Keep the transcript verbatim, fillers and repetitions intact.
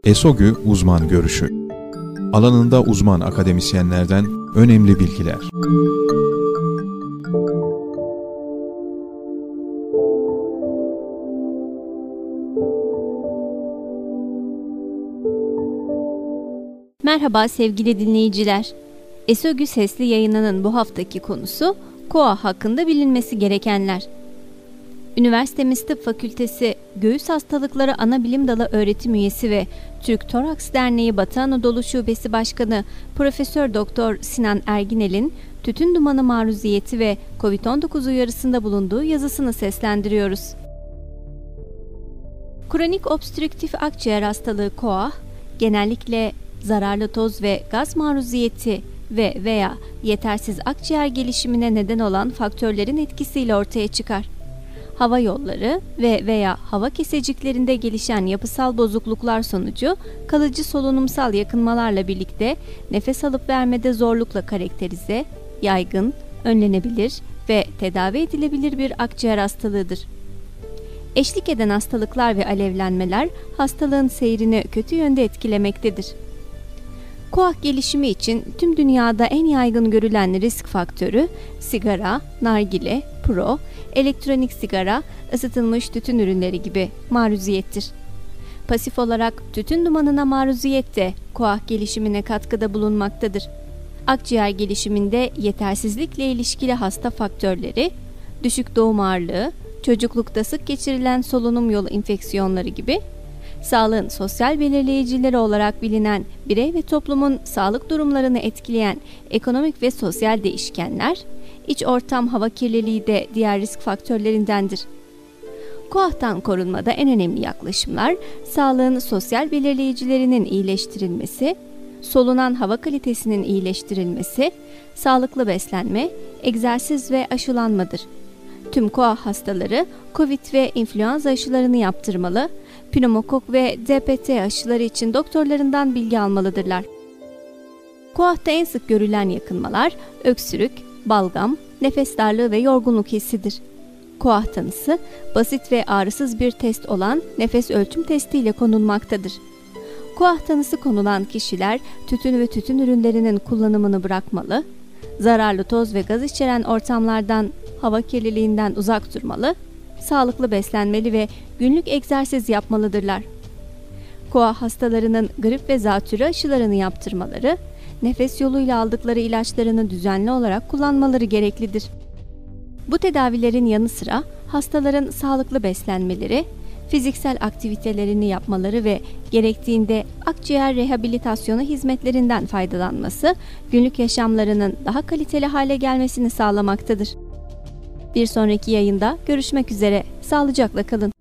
ESOGÜ uzman görüşü. Alanında uzman akademisyenlerden önemli bilgiler. Merhaba sevgili dinleyiciler. ESOGÜ Sesli Yayını'nın bu haftaki konusu KOAH hakkında bilinmesi gerekenler. Üniversitemiz Tıp Fakültesi Göğüs Hastalıkları Anabilim Dalı öğretim üyesi ve Türk Toraks Derneği Batı Anadolu Şubesi Başkanı Profesör Doktor Sinan Erginel'in tütün dumanı maruziyeti ve kovid on dokuz uyarısında bulunduğu yazısını seslendiriyoruz. Kronik obstrüktif akciğer hastalığı KOAH, genellikle zararlı toz ve gaz maruziyeti ve veya yetersiz akciğer gelişimine neden olan faktörlerin etkisiyle ortaya çıkar. Hava yolları ve veya hava keseciklerinde gelişen yapısal bozukluklar sonucu kalıcı solunumsal yakınmalarla birlikte nefes alıp vermede zorlukla karakterize, yaygın, önlenebilir ve tedavi edilebilir bir akciğer hastalığıdır. Eşlik eden hastalıklar ve alevlenmeler hastalığın seyrini kötü yönde etkilemektedir. KOAH gelişimi için tüm dünyada en yaygın görülen risk faktörü sigara, nargile, pro, elektronik sigara, ısıtılmış tütün ürünleri gibi maruziyettir. Pasif olarak tütün dumanına maruziyet de KOAH gelişimine katkıda bulunmaktadır. Akciğer gelişiminde yetersizlikle ilişkili hasta faktörleri, düşük doğum ağırlığı, çocuklukta sık geçirilen solunum yolu enfeksiyonları gibi, sağlığın sosyal belirleyicileri olarak bilinen birey ve toplumun sağlık durumlarını etkileyen ekonomik ve sosyal değişkenler, iç ortam hava kirliliği de diğer risk faktörlerindendir. KOAH'tan korunmada en önemli yaklaşımlar, sağlığın sosyal belirleyicilerinin iyileştirilmesi, solunan hava kalitesinin iyileştirilmesi, sağlıklı beslenme, egzersiz ve aşılanmadır. Tüm KOAH hastaları COVID ve influenza aşılarını yaptırmalı, pneumokok ve D P T aşıları için doktorlarından bilgi almalıdırlar. KOAH'ta en sık görülen yakınmalar öksürük, balgam, nefes darlığı ve yorgunluk hissidir. KOAH tanısı basit ve ağrısız bir test olan nefes ölçüm testiyle konulmaktadır. KOAH tanısı konulan kişiler tütün ve tütün ürünlerinin kullanımını bırakmalı, zararlı toz ve gaz içeren ortamlardan, hava kirliliğinden uzak durmalı, sağlıklı beslenmeli ve günlük egzersiz yapmalıdırlar. KOAH hastalarının grip ve zatürre aşılarını yaptırmaları, nefes yoluyla aldıkları ilaçlarını düzenli olarak kullanmaları gereklidir. Bu tedavilerin yanı sıra hastaların sağlıklı beslenmeleri, fiziksel aktivitelerini yapmaları ve gerektiğinde akciğer rehabilitasyonu hizmetlerinden faydalanması, günlük yaşamlarının daha kaliteli hale gelmesini sağlamaktadır. Bir sonraki yayında görüşmek üzere. Sağlıcakla kalın.